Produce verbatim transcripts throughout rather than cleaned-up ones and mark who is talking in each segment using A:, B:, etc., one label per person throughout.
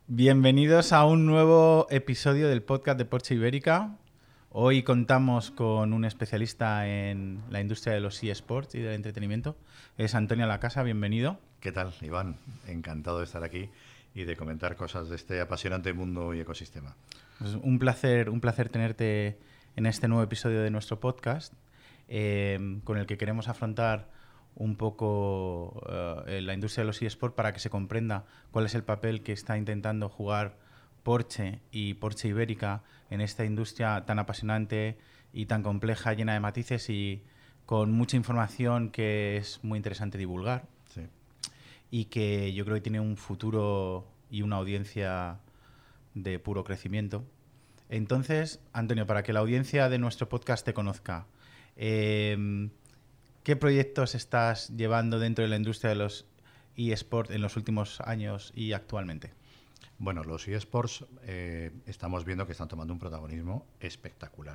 A: Bienvenidos a un nuevo episodio del podcast de Porsche Ibérica. Hoy contamos con un especialista en la industria de los eSports y del entretenimiento. Es Antonio Lacasa, bienvenido.
B: ¿Qué tal, Iván? Encantado de estar aquí y de comentar cosas de este apasionante mundo y ecosistema.
A: Es un placer, un placer tenerte en este nuevo episodio de nuestro podcast, eh, con el que queremos afrontar un poco uh, la industria de los eSports para que se comprenda cuál es el papel que está intentando jugar Porsche y Porsche Ibérica en esta industria tan apasionante y tan compleja, llena de matices y con mucha información que es muy interesante divulgar.
B: Sí.
A: Y que yo creo que tiene un futuro y una audiencia de puro crecimiento. Entonces, Antonio, para que la audiencia de nuestro podcast te conozca, eh, ¿qué proyectos estás llevando dentro de la industria de los eSports en los últimos años y actualmente?
B: Bueno, los eSports eh, estamos viendo que están tomando un protagonismo espectacular.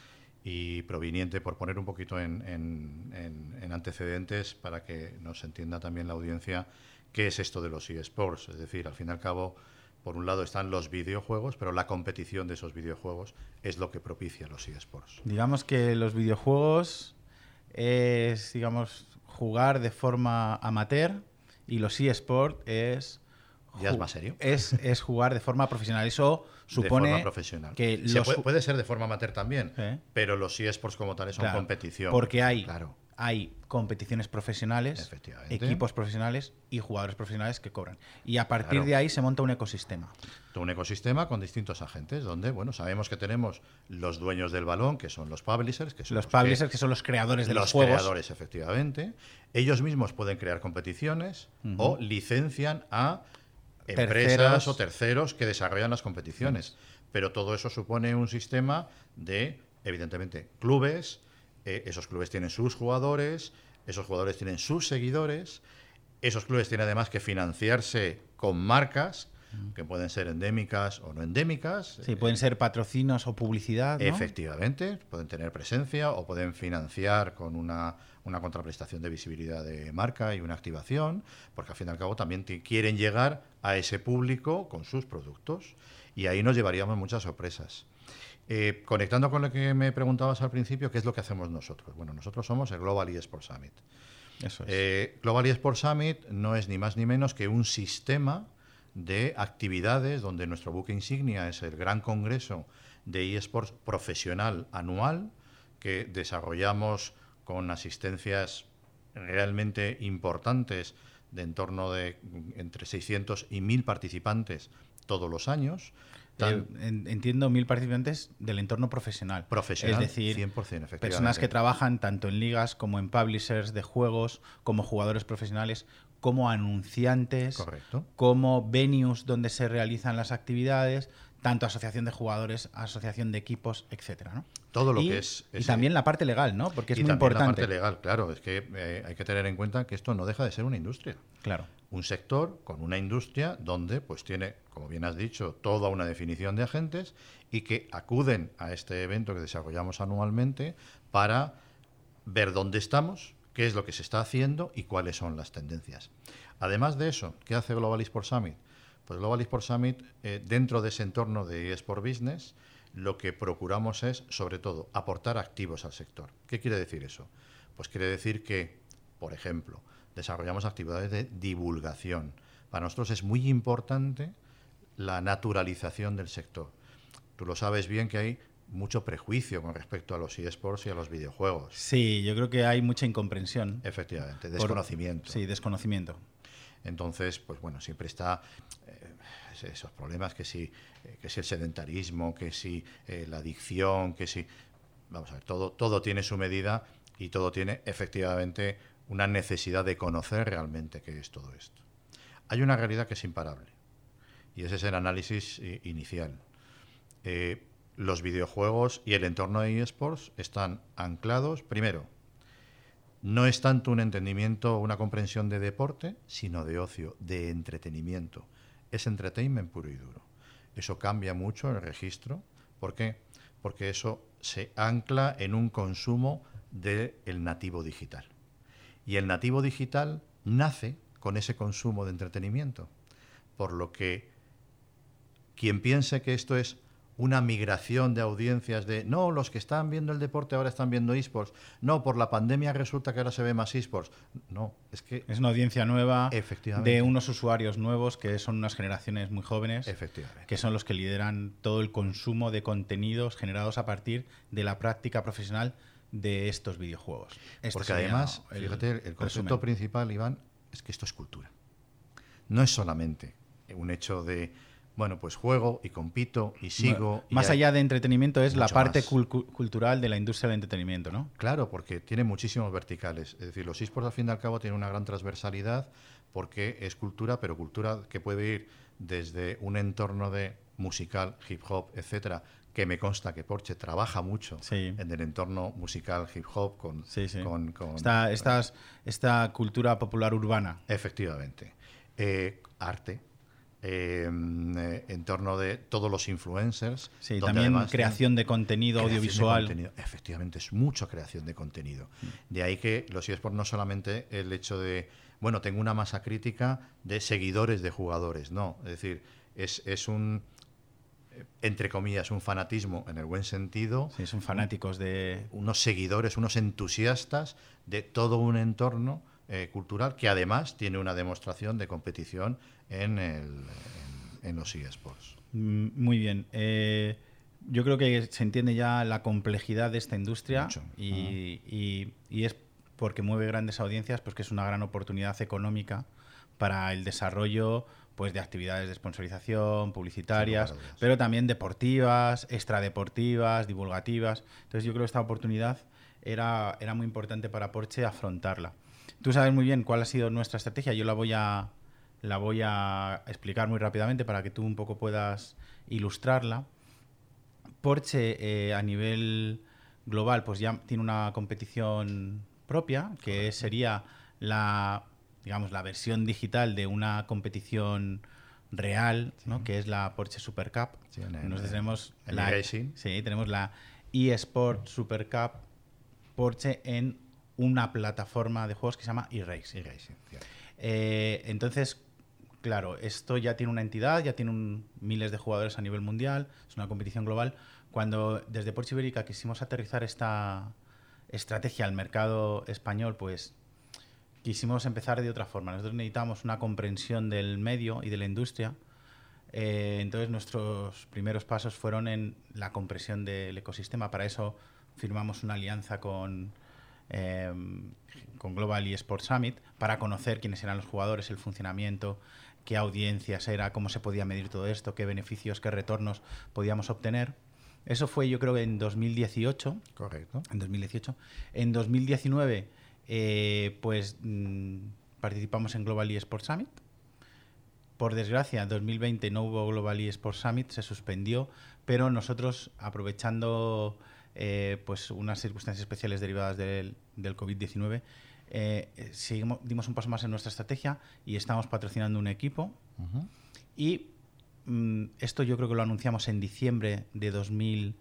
B: Y proveniente, por poner un poquito en, en, en, en antecedentes para que nos entienda también la audiencia, qué es esto de los eSports. Es decir, al fin y al cabo, por un lado están los videojuegos, pero la competición de esos videojuegos es lo que propicia los eSports.
A: Digamos que los videojuegos es, digamos, jugar de forma amateur y los eSports es...
B: ¿Ya es más serio?
A: Es, es jugar de forma profesional. Eso supone
B: de forma profesional.
A: que
B: Se
A: los...
B: puede, puede ser de forma amateur también,
A: ¿Eh?
B: pero los eSports como tales son
A: claro,
B: competición.
A: Porque hay,
B: claro.
A: hay competiciones profesionales, equipos profesionales y jugadores profesionales que cobran. Y a partir
B: claro.
A: de ahí se monta un ecosistema.
B: Un ecosistema con distintos agentes, donde bueno, sabemos que tenemos los dueños del balón, que son los publishers, que son
A: los,
B: los
A: publishers, que,
B: que
A: son los creadores de los,
B: los
A: juegos.
B: Los creadores, efectivamente. Ellos mismos pueden crear competiciones uh-huh. o licencian a empresas terceros. o terceros que desarrollan las competiciones. Sí. Pero todo eso supone un sistema de, evidentemente, clubes. Eh, esos clubes tienen sus jugadores, esos jugadores tienen sus seguidores. Esos clubes tienen además que financiarse con marcas que pueden ser endémicas o no endémicas.
A: Sí, pueden ser patrocinios o publicidad, ¿no?
B: Efectivamente, pueden tener presencia o pueden financiar con una, una contraprestación de visibilidad de marca y una activación, porque al fin y al cabo también te quieren llegar a ese público con sus productos. Y ahí nos llevaríamos muchas sorpresas. Eh, conectando con lo que me preguntabas al principio, ¿qué es lo que hacemos nosotros? Bueno, nosotros somos el Global eSports Summit.
A: Eso es.
B: Eh, Global eSports Summit no es ni más ni menos que un sistema de actividades donde nuestro buque insignia es el gran congreso de eSports profesional anual que desarrollamos con asistencias realmente importantes de en torno de entre seiscientos y mil participantes todos los años.
A: Tan, eh, entiendo mil participantes del entorno profesional.
B: Profesional,
A: es decir,
B: cien por ciento, efectivamente.
A: Personas que trabajan tanto en ligas como en publishers de juegos, como jugadores profesionales, como anunciantes,
B: correcto,
A: como venues donde se realizan las actividades, tanto asociación de jugadores, asociación de equipos, etcétera, ¿no?
B: Todo lo
A: y,
B: que es...
A: Ese... Y también la parte legal, ¿no? Porque es
B: y
A: muy
B: también
A: importante.
B: la parte legal, claro. Es que eh, hay que tener en cuenta que esto no deja de ser una industria.
A: Claro.
B: Un sector con una industria donde pues tiene, como bien has dicho, toda una definición de agentes y que acuden a este evento que desarrollamos anualmente para ver dónde estamos, qué es lo que se está haciendo y cuáles son las tendencias. Además de eso, ¿qué hace Global eSports Summit? Pues Global eSports Summit, eh, dentro de ese entorno de eSport Business, lo que procuramos es, sobre todo, aportar activos al sector. ¿Qué quiere decir eso? Pues quiere decir que, por ejemplo, desarrollamos actividades de divulgación. Para nosotros es muy importante la naturalización del sector. Tú lo sabes bien que hay mucho prejuicio con respecto a los eSports y a los videojuegos.
A: Sí, yo creo que hay mucha incomprensión.
B: Efectivamente, desconocimiento.
A: Por, sí, desconocimiento.
B: Entonces, pues bueno, siempre está eh, esos problemas, que si, eh, que si el sedentarismo, que si eh, la adicción, que si... Vamos a ver, todo, todo tiene su medida y todo tiene efectivamente una necesidad de conocer realmente qué es todo esto. Hay una realidad que es imparable y ese es el análisis eh, inicial. Eh, los videojuegos y el entorno de eSports están anclados, primero, no es tanto un entendimiento o una comprensión de deporte, sino de ocio, de entretenimiento. Es entertainment puro y duro. Eso cambia mucho el registro. ¿Por qué? Porque eso se ancla en un consumo del nativo digital. Y el nativo digital nace con ese consumo de entretenimiento. Por lo que quien piense que esto es una migración de audiencias de no, los que están viendo el deporte ahora están viendo eSports, no, por la pandemia resulta que ahora se ve más eSports. No, es que...
A: Es una audiencia nueva
B: Efectivamente.
A: de unos usuarios nuevos que son unas generaciones muy jóvenes,
B: Efectivamente.
A: que son los que lideran todo el consumo de contenidos generados a partir de la práctica profesional de estos videojuegos. Este
B: Porque además, el, fíjate, el concepto resumen. principal, Iván, es que esto es cultura. No es solamente un hecho de... Bueno, pues juego y compito y sigo.
A: Bueno, más
B: y hay...
A: allá de entretenimiento es la parte cul cultural de la industria del entretenimiento, ¿no?
B: Claro, porque tiene muchísimos verticales. Es decir, los eSports al fin y al cabo tienen una gran transversalidad porque es cultura, pero cultura que puede ir desde un entorno de musical, hip hop, etcétera, que me consta que Porsche trabaja mucho sí. en el entorno musical, hip hop, con...
A: Sí, sí.
B: con, con
A: esta, estas, esta cultura popular urbana.
B: Efectivamente. Eh, arte. Eh, en torno de todos los influencers.
A: Sí, también creación de contenido creación audiovisual.
B: De contenido. Efectivamente, es mucha creación de contenido. Mm. De ahí que los eSports no solamente el hecho de, bueno, tengo una masa crítica de seguidores de jugadores, no. Es decir, es, es un, entre comillas, un fanatismo en el buen sentido.
A: Sí, son fanáticos de...
B: Unos seguidores, unos entusiastas de todo un entorno Eh, cultural que además tiene una demostración de competición en, el, en, en los eSports.
A: Muy bien. Eh, yo creo que se entiende ya la complejidad de esta industria y, uh-huh. y, y es porque mueve grandes audiencias, pues que es una gran oportunidad económica para el desarrollo pues de actividades de sponsorización, publicitarias, sí, pero también deportivas, extradeportivas, divulgativas. Entonces yo creo que esta oportunidad era, era muy importante para Porsche afrontarla. Tú sabes muy bien cuál ha sido nuestra estrategia. Yo la voy a, la voy a explicar muy rápidamente para que tú un poco puedas ilustrarla. Porsche eh, a nivel global pues ya tiene una competición propia, que sería la, digamos, la versión digital de una competición real, sí. ¿no? Que es la Porsche Super Cup.
B: Sí, en el,
A: Nosotros tenemos
B: en
A: la,
B: el sí,
A: tenemos la eSport Super Cup Porsche en una plataforma de juegos que se llama eRacing.
B: eRacing,
A: eh, entonces, claro, esto ya tiene una entidad, ya tiene un, miles de jugadores a nivel mundial, es una competición global. Cuando desde Porsche Ibérica quisimos aterrizar esta estrategia al mercado español, pues quisimos empezar de otra forma. Nosotros necesitábamos una comprensión del medio y de la industria. Eh, entonces, nuestros primeros pasos fueron en la comprensión del ecosistema. Para eso firmamos una alianza con... Eh, con Global eSports Summit para conocer quiénes eran los jugadores, el funcionamiento, qué audiencias era, cómo se podía medir todo esto, qué beneficios, qué retornos podíamos obtener. Eso fue, yo creo, en dos mil dieciocho.
B: Correcto.
A: En dos mil dieciocho. En dos mil diecinueve, eh, pues mmm, participamos en Global eSports Summit. Por desgracia, en dos mil veinte no hubo Global eSports Summit, se suspendió, pero nosotros, aprovechando Eh, pues unas circunstancias especiales derivadas del, del COVID diecinueve, eh, seguimos, dimos un paso más en nuestra estrategia y estamos patrocinando un equipo. Uh-huh. Y mm, esto yo creo que lo anunciamos en diciembre de dos mil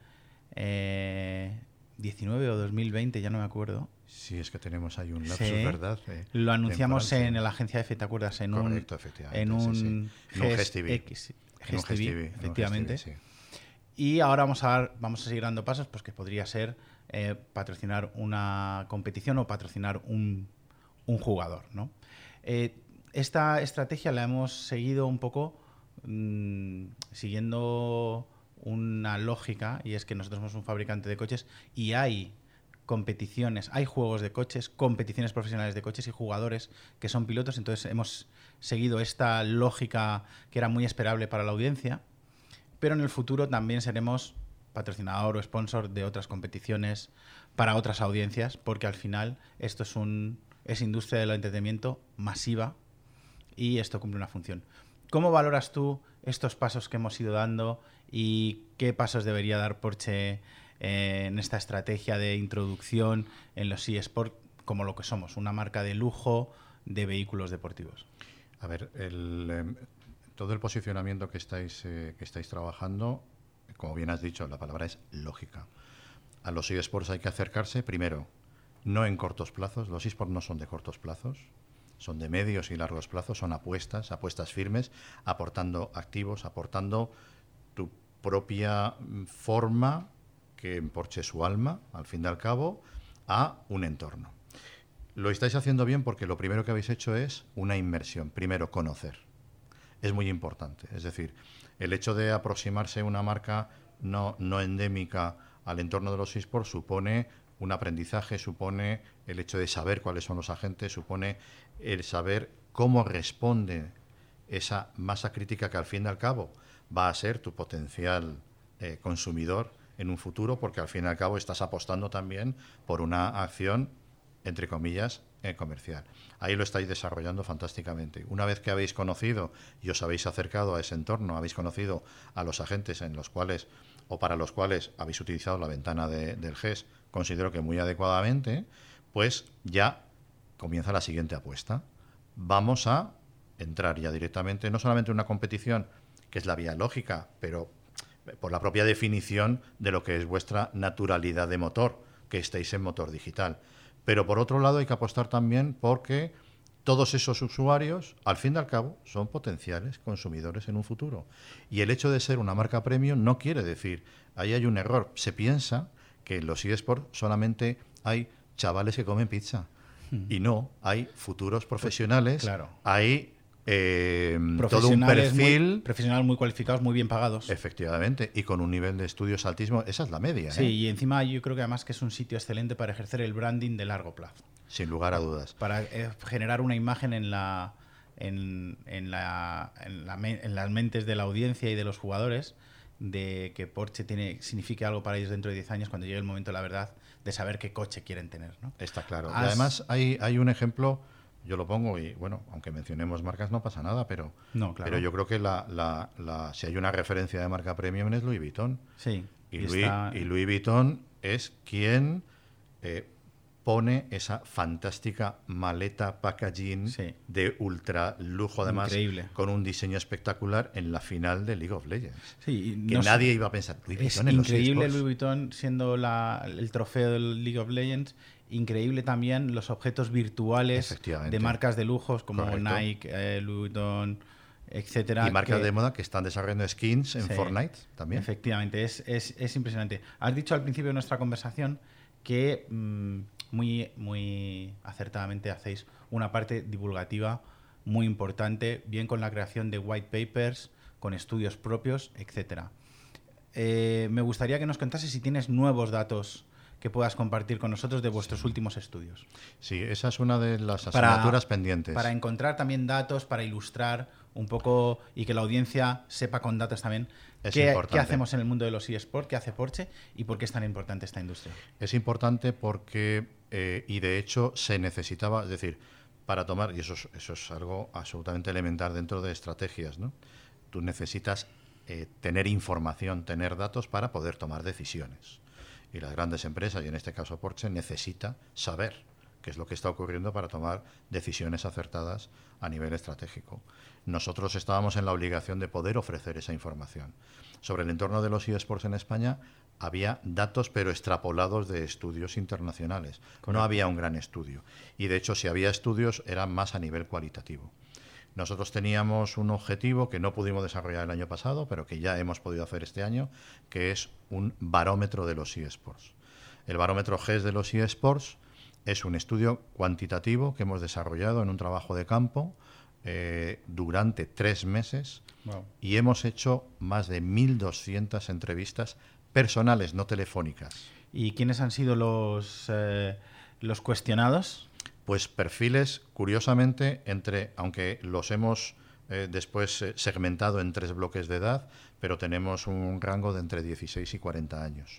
A: diecinueve o dos mil veinte, ya no me acuerdo.
B: Sí, es que tenemos ahí un lapsus,
A: sí.
B: ¿verdad? Eh,
A: lo anunciamos en la agencia F, ¿te acuerdas? En
B: Correcto,
A: un,
B: efectivamente.
A: En un
B: sí, sí.
A: G
B: S T V.
A: X, G S T V, efectivamente.
B: Sí.
A: Y ahora vamos a, dar, vamos a seguir dando pasos, pues que podría ser eh, patrocinar una competición o patrocinar un, un jugador, ¿no? Eh, esta estrategia la hemos seguido un poco mmm, siguiendo una lógica, y es que nosotros somos un fabricante de coches y hay competiciones, hay juegos de coches, competiciones profesionales de coches y jugadores que son pilotos. Entonces hemos seguido esta lógica que era muy esperable para la audiencia. Pero en el futuro también seremos patrocinador o sponsor de otras competiciones para otras audiencias, porque al final esto es, un, es industria del entretenimiento masiva y esto cumple una función. ¿Cómo valoras tú estos pasos que hemos ido dando y qué pasos debería dar Porsche eh, en esta estrategia de introducción en los eSports como lo que somos, una marca de lujo de vehículos deportivos?
B: A ver, el... Eh... todo el posicionamiento que estáis, eh, que estáis trabajando, como bien has dicho, la palabra es lógica. A los eSports hay que acercarse, primero, no en cortos plazos. Los eSports no son de cortos plazos, son de medios y largos plazos, son apuestas, apuestas firmes, aportando activos, aportando propia forma, que en Porsche es su alma, al fin y al cabo, a un entorno. Lo estáis haciendo bien porque lo primero que habéis hecho es una inmersión. Primero, conocer. Es muy importante. Es decir, el hecho de aproximarse a una marca no, no endémica al entorno de los eSports supone un aprendizaje, supone el hecho de saber cuáles son los agentes, supone el saber cómo responde esa masa crítica que al fin y al cabo va a ser tu potencial eh, consumidor en un futuro, porque al fin y al cabo estás apostando también por una acción, entre comillas, eh, comercial. Ahí lo estáis desarrollando fantásticamente. Una vez que habéis conocido y os habéis acercado a ese entorno, habéis conocido a los agentes en los cuales o para los cuales habéis utilizado la ventana de, del G E S, considero que muy adecuadamente, pues ya comienza la siguiente apuesta. Vamos a entrar ya directamente, no solamente en una competición, que es la vía lógica, pero por la propia definición de lo que es vuestra naturalidad de motor, que estéis en motor digital. Pero por otro lado hay que apostar también porque todos esos usuarios, al fin y al cabo, son potenciales consumidores en un futuro. Y el hecho de ser una marca premium no quiere decir, ahí hay un error. Se piensa que en los eSports solamente hay chavales que comen pizza. Hmm. Y no, hay futuros profesionales,
A: claro.
B: hay eh, todo un perfil...
A: Muy, profesionales muy cualificados, muy bien pagados.
B: Efectivamente, y con un nivel de estudios altísimo. Esa es la media.
A: Sí,
B: ¿eh?
A: Y encima yo creo que además que es un sitio excelente para ejercer el branding de largo plazo.
B: Sin lugar a dudas.
A: Para eh, generar una imagen en la, en, en, la, en, la, en las mentes de la audiencia y de los jugadores de que Porsche tiene, signifique algo para ellos dentro de diez años, cuando llegue el momento de la verdad, de saber qué coche quieren tener, ¿no?
B: Está claro.
A: Has...
B: Y además hay, hay un ejemplo, yo lo pongo y, bueno, aunque mencionemos marcas no pasa nada, pero,
A: no, claro.
B: pero yo creo que la, la, la, si hay una referencia de marca premium es Louis Vuitton.
A: Sí.
B: Y, y, Louis, está... y Louis Vuitton es quien... Eh, pone esa fantástica maleta packaging
A: sí.
B: de ultra lujo, además,
A: increíble,
B: con un diseño espectacular en la final de League of Legends.
A: Sí,
B: que
A: no
B: nadie
A: sé,
B: iba a pensar.
A: Louis es Vuitton en increíble los Louis Vuitton siendo la, el trofeo del League of Legends. Increíble también los objetos virtuales de marcas de lujos como Correcto. Nike, eh, Louis Vuitton, etcétera.
B: Y marcas
A: que,
B: de moda que están desarrollando skins en sí, Fortnite también.
A: Efectivamente, es, es, es impresionante. Has dicho al principio de nuestra conversación que mmm, muy, muy acertadamente hacéis una parte divulgativa muy importante, bien con la creación de white papers, con estudios propios, etcétera. Eh, me gustaría que nos contases si tienes nuevos datos que puedas compartir con nosotros de vuestros sí. últimos estudios.
B: Sí, esa es una de las asignaturas
A: para,
B: pendientes.
A: Para encontrar también datos, para ilustrar un poco y que la audiencia sepa con datos también qué, qué hacemos en el mundo de los eSports, qué hace Porsche y por qué es tan importante esta industria.
B: Es importante porque, eh, y de hecho se necesitaba, es decir, para tomar, y eso es, eso es algo absolutamente elemental dentro de estrategias, ¿no? Tú necesitas eh, tener información, tener datos para poder tomar decisiones. Y las grandes empresas, y en este caso Porsche, necesita saber qué es lo que está ocurriendo para tomar decisiones acertadas a nivel estratégico. Nosotros estábamos en la obligación de poder ofrecer esa información. Sobre el entorno de los eSports en España había datos, pero extrapolados de estudios internacionales. Correcto. No había un gran estudio. Y de hecho, si había estudios, eran más a nivel cualitativo. Nosotros teníamos un objetivo que no pudimos desarrollar el año pasado, pero que ya hemos podido hacer este año, que es un barómetro de los eSports. El barómetro G E S de los eSports es un estudio cuantitativo que hemos desarrollado en un trabajo de campo eh, durante tres meses wow. y hemos hecho más de mil doscientas entrevistas personales, no telefónicas.
A: ¿Y quiénes han sido los, eh, los cuestionados?
B: Pues perfiles, curiosamente, entre, aunque los hemos eh, después eh, segmentado en tres bloques de edad, pero tenemos un rango de entre dieciséis y cuarenta años.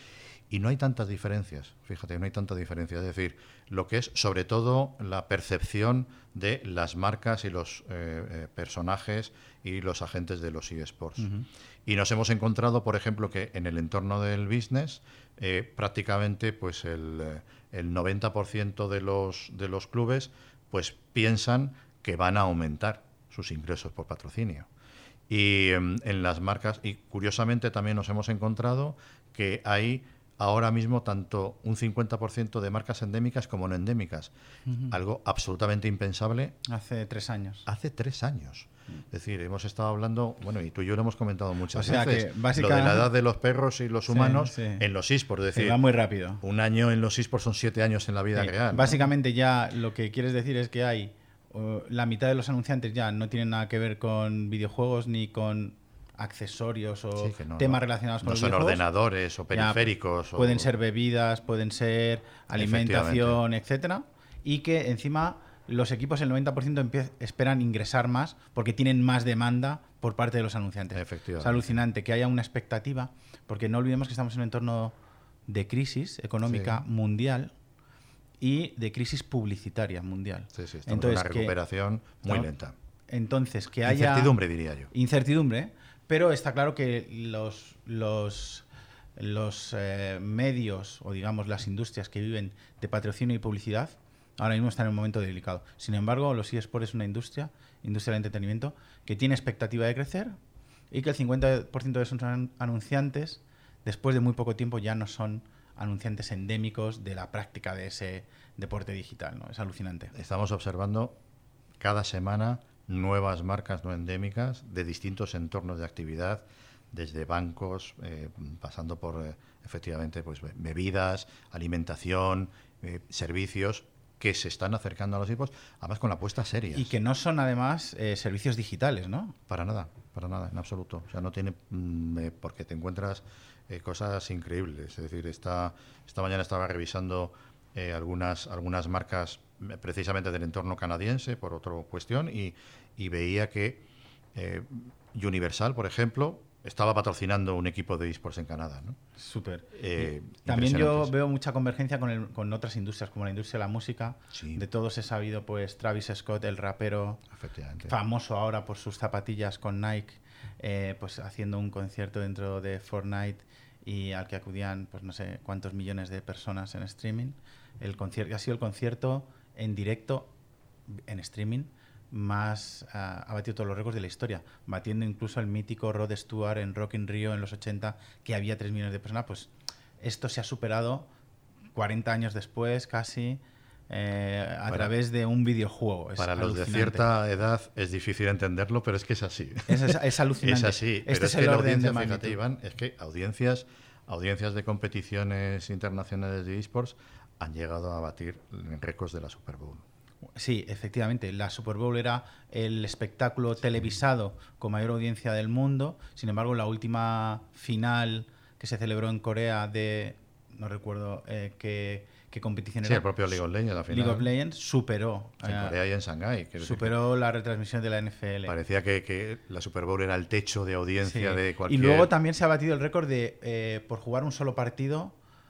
B: Y no hay tantas diferencias, fíjate, no hay tanta diferencia. Es decir, lo que es sobre todo la percepción de las marcas y los eh, eh, personajes y los agentes de los eSports. Uh-huh. Y nos hemos encontrado, por ejemplo, que en el entorno del business, eh, prácticamente pues el, el noventa por ciento de los, de los clubes pues piensan que van a aumentar sus ingresos por patrocinio. Y eh, en las marcas, y curiosamente también nos hemos encontrado que hay ahora mismo tanto un cincuenta por ciento de marcas endémicas como no endémicas. Uh-huh. Algo absolutamente impensable.
A: Hace tres años.
B: Hace tres años. Es decir, hemos estado hablando, bueno, y tú y yo lo hemos comentado muchas
A: o sea
B: veces,
A: que básicamente,
B: lo de la edad de los perros y los humanos
A: sí, sí.
B: en los eSports. Es decir,
A: sí, va muy rápido.
B: Un año en los eSports son siete años en la vida
A: Sí.
B: real.
A: Básicamente, ¿no? Ya lo que quieres decir es que hay uh, la mitad de los anunciantes ya no tienen nada que ver con videojuegos ni con accesorios o
B: Sí, que no,
A: temas
B: no,
A: relacionados con
B: no
A: los
B: son
A: videojuegos.
B: ordenadores o periféricos.
A: Ya,
B: o...
A: Pueden ser bebidas, pueden ser alimentación, etcétera. Y que encima los equipos, el noventa por ciento empie- esperan ingresar más porque tienen más demanda por parte de los anunciantes.
B: Efectivamente.
A: Es alucinante que haya una expectativa, porque no olvidemos que estamos en un entorno de crisis económica
B: Sí.
A: mundial y de crisis publicitaria mundial.
B: Sí, sí, estamos
A: Entonces,
B: en una recuperación
A: que,
B: muy
A: ¿no?
B: lenta.
A: Entonces, que haya...
B: Incertidumbre, diría yo.
A: Incertidumbre, pero está claro que los, los, los eh, medios, o digamos las industrias que viven de patrocinio y publicidad, ahora mismo están en un momento delicado. Sin embargo, los eSports es una industria, industria del entretenimiento, que tiene expectativa de crecer y que el cincuenta por ciento de sus anunciantes, después de muy poco tiempo, ya no son anunciantes endémicos de la práctica de ese deporte digital, ¿no? Es alucinante.
B: Estamos observando cada semana nuevas marcas no endémicas de distintos entornos de actividad, desde bancos, eh, pasando por eh, efectivamente pues bebidas, alimentación, eh, servicios que se están acercando a los equipos, además con la apuesta seria.
A: Y que no son además eh, servicios digitales, ¿no?
B: Para nada, para nada, en absoluto. O sea, no tiene mm, eh, porque te encuentras eh, cosas increíbles. Es decir, esta, esta mañana estaba revisando eh, algunas, algunas marcas eh, precisamente del entorno canadiense, por otra cuestión, y, y veía que eh, Universal, por ejemplo, estaba patrocinando un equipo de eSports en Canadá, ¿no?
A: Súper.
B: Eh,
A: También yo veo mucha convergencia con, el, con otras industrias, como la industria de la música.
B: Sí.
A: De todos he sabido, pues, Travis Scott, el rapero, famoso ahora por sus zapatillas con Nike, eh, pues haciendo un concierto dentro de Fortnite y al que acudían, pues no sé cuántos millones de personas en streaming. El concierto ha sido el concierto en directo, en streaming, más uh, ha batido todos los récords de la historia, batiendo incluso el mítico Rod Stewart en Rock in Rio en los ochenta, que había tres millones de personas. Pues esto se ha superado cuarenta años después, casi, eh, a para, través de un videojuego. Es
B: para
A: alucinante.
B: Los de cierta edad es difícil entenderlo, pero es que es así.
A: Es, es, es alucinante.
B: Es así.
A: Este
B: pero
A: es,
B: es que
A: el
B: la
A: orden
B: audiencia,
A: de magnitud.
B: fíjate, Iván, es que audiencias, audiencias de competiciones internacionales de eSports han llegado a batir récords de la Super Bowl.
A: Sí, efectivamente. La Super Bowl era el espectáculo televisado con mayor audiencia del mundo. Sin embargo, la última final que se celebró en Corea de... No recuerdo eh, qué, qué competición
B: sí,
A: era.
B: Sí, el propio League of Legends, la final.
A: League of Legends superó.
B: En eh, Corea y en Shanghái.
A: Superó decir, la retransmisión de la N F L.
B: Parecía que, que la Super Bowl era el techo de audiencia sí. de cualquier...
A: Y luego también se ha batido el récord de, eh, por jugar un solo partido,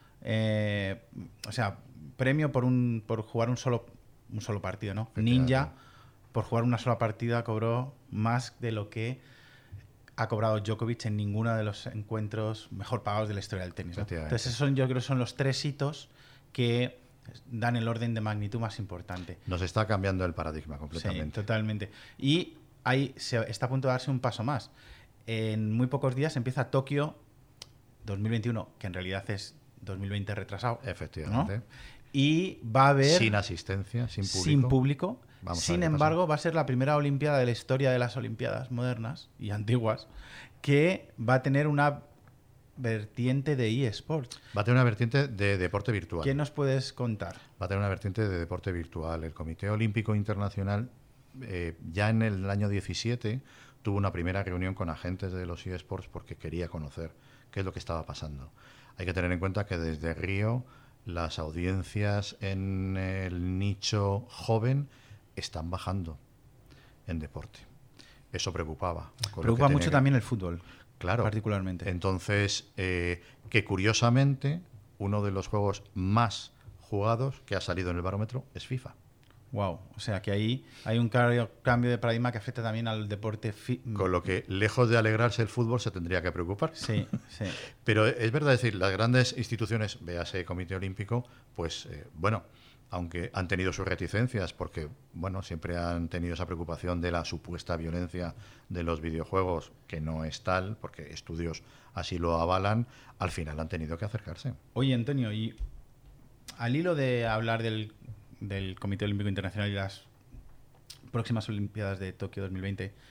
A: eh, o sea, premio por, un, por jugar un solo un solo partido, ¿no? Ninja, por jugar una sola partida, cobró más de lo que ha cobrado Djokovic en ninguno de los encuentros mejor pagados de la historia del tenis, ¿no? Entonces, esos son, yo creo que son los tres hitos que dan el orden de magnitud más importante.
B: Nos está cambiando el paradigma completamente.
A: Sí, totalmente. Y ahí se está a punto de darse un paso más. En muy pocos días empieza Tokio dos mil veintiuno, que en realidad es dos mil veinte retrasado.
B: Efectivamente.
A: ¿No? Y va a haber...
B: Sin asistencia, sin público.
A: Sin público.
B: Vamos
A: sin embargo, pasa. va a ser la primera Olimpiada de la historia de las Olimpiadas modernas y antiguas que va a tener una vertiente de eSports.
B: Va a tener una vertiente de deporte virtual.
A: ¿Qué nos puedes contar?
B: Va a tener una vertiente de deporte virtual. El Comité Olímpico Internacional eh, ya en el año diecisiete tuvo una primera reunión con agentes de los eSports porque quería conocer qué es lo que estaba pasando. Hay que tener en cuenta que desde Río las audiencias en el nicho joven están bajando en deporte. Eso preocupaba.
A: Preocupa mucho también el fútbol,
B: claro,
A: particularmente.
B: Entonces, eh, que curiosamente, uno de los juegos más jugados que ha salido en el barómetro es FIFA.
A: Wow, o sea que ahí hay un cambio de paradigma que afecta también al deporte. Fi-
B: Con lo que, lejos de alegrarse el fútbol, se tendría que preocupar.
A: Sí, sí.
B: Pero es verdad, decir, las grandes instituciones, véase Comité Olímpico, pues eh, bueno, aunque han tenido sus reticencias, porque bueno, siempre han tenido esa preocupación de la supuesta violencia de los videojuegos, que no es tal, porque estudios así lo avalan, al final han tenido que acercarse.
A: Oye, Antonio, y al hilo de hablar del del Comité Olímpico Internacional y las próximas Olimpiadas de Tokio dos mil veinte,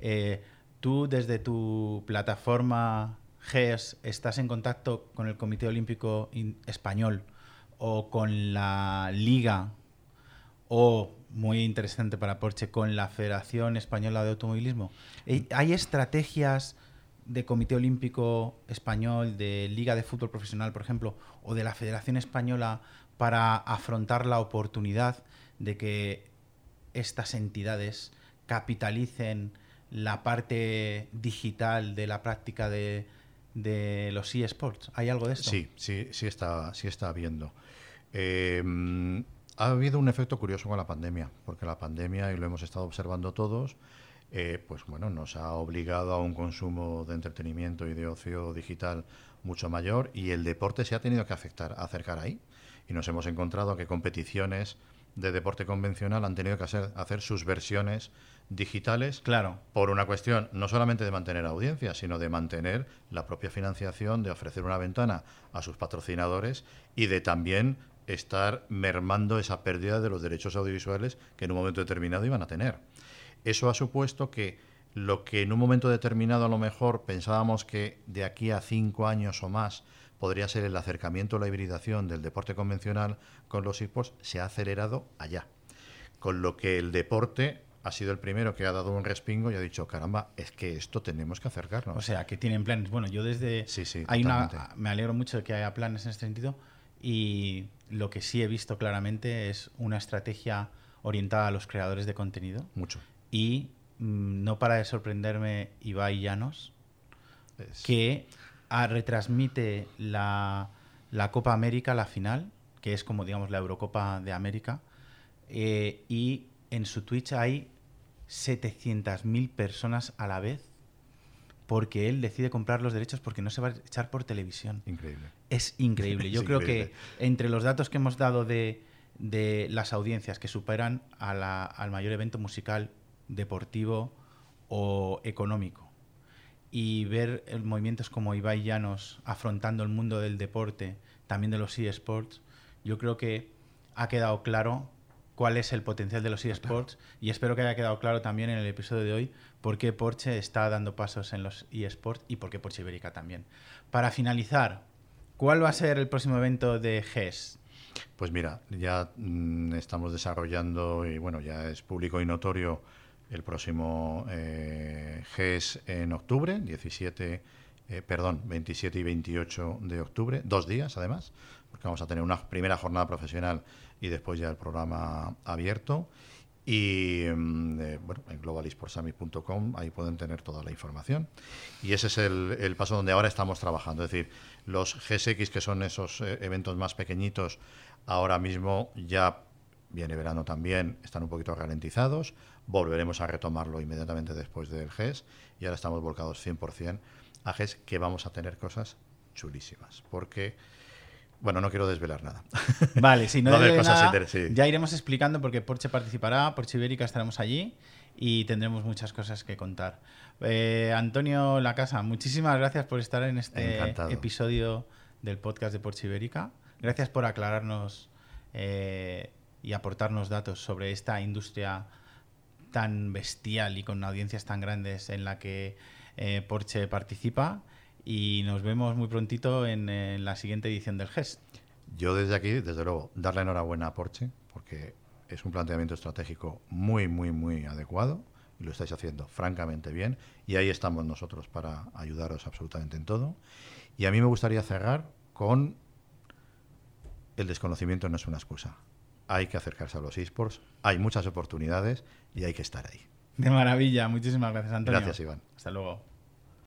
A: Eh, ¿Tú desde tu plataforma G E S estás en contacto con el Comité Olímpico Español o con la Liga o, muy interesante para Porsche, con la Federación Española de Automovilismo? ¿Hay estrategias de Comité Olímpico Español, de Liga de Fútbol Profesional, por ejemplo, o de la Federación Española para afrontar la oportunidad de que estas entidades capitalicen la parte digital de la práctica de, de los eSports? ¿Hay algo de esto?
B: Sí, sí, sí está, sí está habiendo. Eh, ha habido un efecto curioso con la pandemia, porque la pandemia, y lo hemos estado observando todos, eh, pues bueno, nos ha obligado a un consumo de entretenimiento y de ocio digital mucho mayor, y el deporte se ha tenido que afectar, acercar ahí. Y nos hemos encontrado que competiciones de deporte convencional han tenido que hacer, hacer sus versiones digitales,
A: claro,
B: por una cuestión no solamente de mantener audiencia, sino de mantener la propia financiación, de ofrecer una ventana a sus patrocinadores y de también estar mermando esa pérdida de los derechos audiovisuales que en un momento determinado iban a tener. Eso ha supuesto que lo que en un momento determinado a lo mejor pensábamos que de aquí a cinco años o más podría ser el acercamiento o la hibridación del deporte convencional con los eSports, se ha acelerado allá. Con lo que el deporte ha sido el primero que ha dado un respingo y ha dicho, caramba, es que esto tenemos que acercarnos.
A: O sea, que tienen planes. Bueno, yo desde...
B: Sí, sí,
A: hay
B: totalmente.
A: una, me alegro mucho de que haya planes en este sentido, y lo que sí he visto claramente es una estrategia orientada a los creadores de contenido.
B: Mucho.
A: Y mmm, no para de sorprenderme Ibai Llanos, es... que a, retransmite la, la Copa América, la final, que es como, digamos, la Eurocopa de América, eh, y en su Twitch hay setecientas mil personas a la vez, porque él decide comprar los derechos porque no se va a echar por televisión.
B: Increíble.
A: Es increíble. Yo
B: es
A: creo
B: increíble.
A: que entre los datos que hemos dado de, de las audiencias que superan a la, al mayor evento musical, deportivo o económico, y ver movimientos como Ibai Llanos afrontando el mundo del deporte, también de los eSports, yo creo que ha quedado claro cuál es el potencial de los eSports, claro. Y espero que haya quedado claro también en el episodio de hoy por qué Porsche está dando pasos en los eSports y por qué Porsche Ibérica también. Para finalizar, ¿cuál va a ser el próximo evento de G E S?
B: Pues mira, ya mmm, estamos desarrollando, y bueno, ya es público y notorio, el próximo eh, G E S en octubre, diecisiete, eh, perdón, veintisiete y veintiocho de octubre, dos días además, porque vamos a tener una primera jornada profesional y después ya el programa abierto. Y eh, bueno, en global esports summit punto com ahí pueden tener toda la información. Y ese es el, el paso donde ahora estamos trabajando. Es decir, los G S X, que son esos eh, eventos más pequeñitos, ahora mismo ya viene verano también, están un poquito ralentizados. Volveremos a retomarlo inmediatamente después del G E S. Y ahora estamos volcados cien por ciento a G E S, que vamos a tener cosas chulísimas. Porque... Bueno, no quiero desvelar nada.
A: Vale, si no,
B: no
A: desvela
B: cosas
A: nada,
B: inter- sí.
A: ya iremos explicando porque Porsche participará, Porsche Ibérica estaremos allí y tendremos muchas cosas que contar. Eh, Antonio Lacasa, muchísimas gracias por estar en este
B: Encantado.
A: episodio del podcast de Porsche Ibérica. Gracias por aclararnos eh, y aportarnos datos sobre esta industria tan bestial y con audiencias tan grandes en la que eh, Porsche participa. Y nos vemos muy prontito en, en la siguiente edición del G E S.
B: Yo desde aquí, desde luego, darle enhorabuena a Porsche, porque es un planteamiento estratégico muy, muy, muy adecuado y lo estáis haciendo francamente bien. Y ahí estamos nosotros para ayudaros absolutamente en todo. Y a mí me gustaría cerrar con el desconocimiento no es una excusa. Hay que acercarse a los eSports, hay muchas oportunidades y hay que estar ahí.
A: De maravilla. Muchísimas gracias, Antonio.
B: Gracias, Iván.
A: Hasta luego.